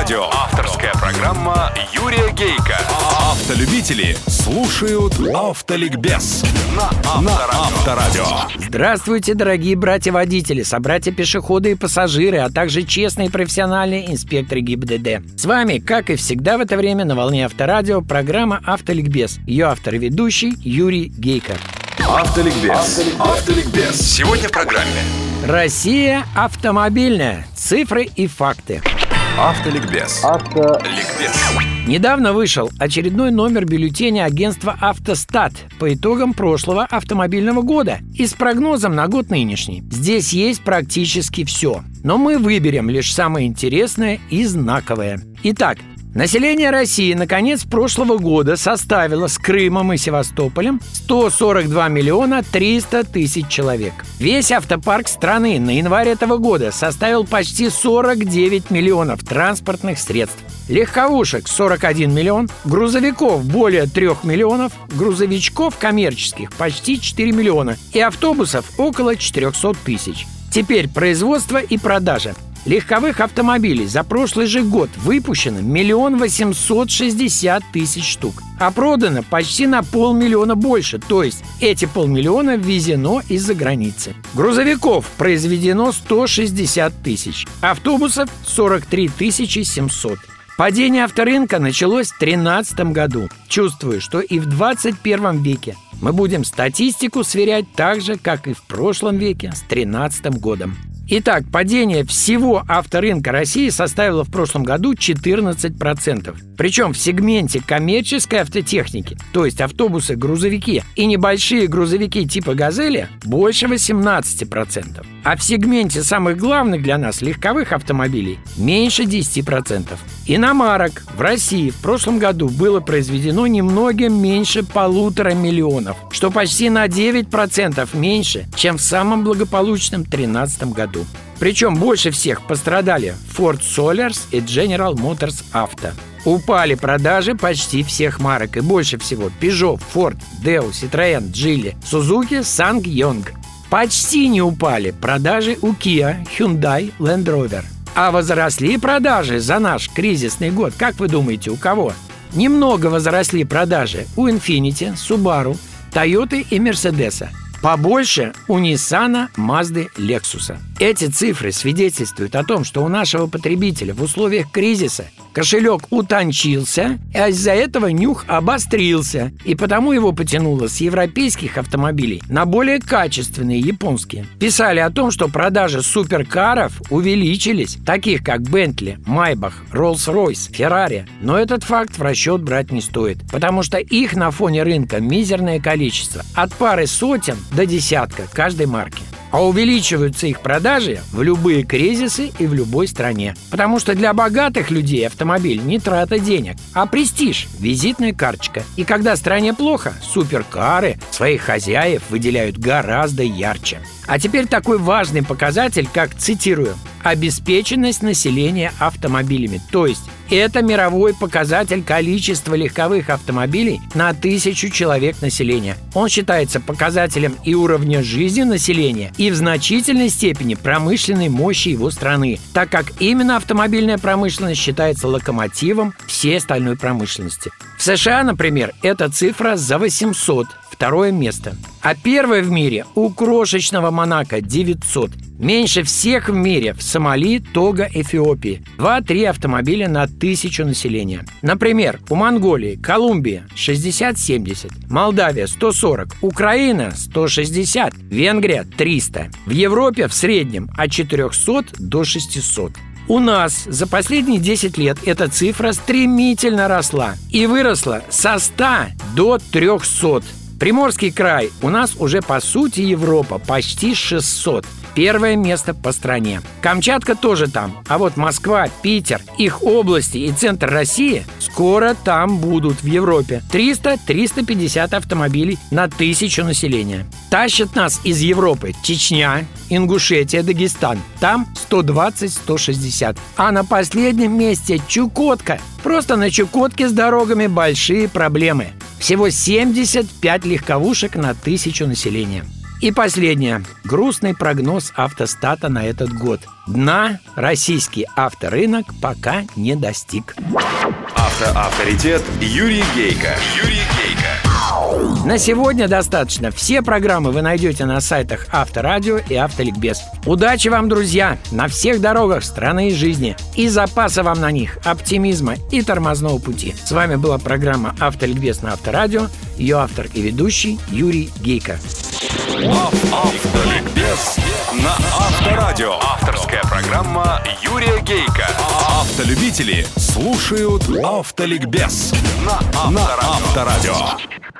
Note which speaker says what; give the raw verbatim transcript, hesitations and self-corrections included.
Speaker 1: Авторадио. Авторская программа Юрия Гейка. Автолюбители слушают Автоликбез на Авторадио.
Speaker 2: Здравствуйте, дорогие братья-водители, собратья-пешеходы и пассажиры, а также честные профессиональные инспекторы ГИБДД. С вами, как и всегда в это время, на волне Авторадио программа Автоликбез. Ее автор и ведущий Юрий Гейка.
Speaker 1: Автоликбез. Автоликбез. Сегодня в программе
Speaker 2: Россия автомобильная. Цифры и факты.
Speaker 1: Автоликбез. Автоликбез.
Speaker 2: Недавно вышел очередной номер бюллетеня агентства «Автостат» по итогам прошлого автомобильного года и с прогнозом на год нынешний. Здесь есть практически все, но мы выберем лишь самое интересное и знаковое. Итак, население России на конец прошлого года составило с Крымом и Севастополем сто сорок два миллиона триста тысяч человек. Весь автопарк страны на январь этого года составил почти сорок девять миллионов транспортных средств. Легковушек сорок один миллион, грузовиков более трех миллионов, грузовичков коммерческих почти четыре миллиона и автобусов около четыреста тысяч. Теперь производство и продажа. Легковых автомобилей за прошлый же год выпущено миллион восемьсот шестьдесят тысяч штук, а продано почти на полмиллиона больше, то есть эти полмиллиона ввезено из-за границы. Грузовиков произведено сто шестьдесят тысяч, автобусов сорок три тысячи семьсот. Падение авторынка началось в две тысячи тринадцатом году. Чувствую, что и в двадцать первом веке мы будем статистику сверять так же, как и в прошлом веке с тринадцатым годом. Итак, падение всего авторынка России составило в прошлом году четырнадцать процентов. Причем в сегменте коммерческой автотехники, то есть автобусы, грузовики и небольшие грузовики типа «Газели», больше восемнадцать процентов. А в сегменте самых главных для нас легковых автомобилей меньше десять процентов. Иномарок в России в прошлом году было произведено немногим меньше полутора миллионов, что почти на девять процентов меньше, чем в самом благополучном тринадцатом году. Причем больше всех пострадали Ford Solars и General Motors Auto. Упали продажи почти всех марок, и больше всего Peugeot, Ford, Daewoo, Citroën, Geely, Suzuki, SsangYong. Почти не упали продажи у Kia, Hyundai, Land Rover. А возросли продажи за наш кризисный год, как вы думаете, у кого? Немного возросли продажи у Infiniti, Subaru, Toyota и Mercedes. Побольше у Nissan, Mazda, Lexus. Эти цифры свидетельствуют о том, что у нашего потребителя в условиях кризиса кошелек утончился, а из-за этого нюх обострился, и потому его потянуло с европейских автомобилей на более качественные японские. Писали о том, что продажи суперкаров увеличились, таких как Bentley, Maybach, Rolls-Royce, Ferrari, но этот факт в расчет брать не стоит, потому что их на фоне рынка мизерное количество, от пары сотен до десятка каждой марки. А увеличиваются их продажи в любые кризисы и в любой стране. Потому что для богатых людей автомобиль не трата денег, а престиж, визитная карточка. И когда стране плохо, суперкары своих хозяев выделяют гораздо ярче. А теперь такой важный показатель, как, цитирую, обеспеченность населения автомобилями. То есть это мировой показатель количества легковых автомобилей на тысячу человек населения. Он считается показателем и уровня жизни населения, и в значительной степени промышленной мощи его страны, так как именно автомобильная промышленность считается локомотивом всей остальной промышленности. В США, например, эта цифра за восемьсот, второе место. А первое в мире у крошечного Монако девятьсот. Меньше всех в мире в Сомали, Того, Эфиопии. два-три автомобиля на тысячу населения. Например, у Монголии, Колумбии шестьдесят-семьдесят, Молдавия сто сорок, Украина сто шестьдесят, Венгрия триста. В Европе в среднем от четырехсот до шестисот. У нас за последние десять лет эта цифра стремительно росла и выросла со ста до трехсот. Приморский край у нас уже по сути Европа, почти шестьсот. Первое место по стране. Камчатка тоже там. А вот Москва, Питер, их области и центр России скоро там будут в Европе. триста - триста пятьдесят автомобилей на тысячу населения. Тащат нас из Европы Чечня, Ингушетия, Дагестан. Там сто двадцать - сто шестьдесят. А на последнем месте Чукотка. Просто на Чукотке с дорогами большие проблемы. Всего семьдесят пять легковушек на тысячу населения. И последнее. Грустный прогноз автостата на этот год. Дна российский авторынок пока не достиг.
Speaker 1: Автоавторитет Юрий Гейко. Юрий Гейко.
Speaker 2: На сегодня достаточно. Все программы вы найдете на сайтах Авторадио и Автоликбез. Удачи вам, друзья, на всех дорогах страны и жизни. И запаса вам на них, оптимизма и тормозного пути. С вами была программа Автоликбез на Авторадио. Ее автор и ведущий Юрий Гейко.
Speaker 1: Автоликбез на Авторадио. Авторская программа Юрия Гейко. Автолюбители слушают Автоликбез на Авторадио.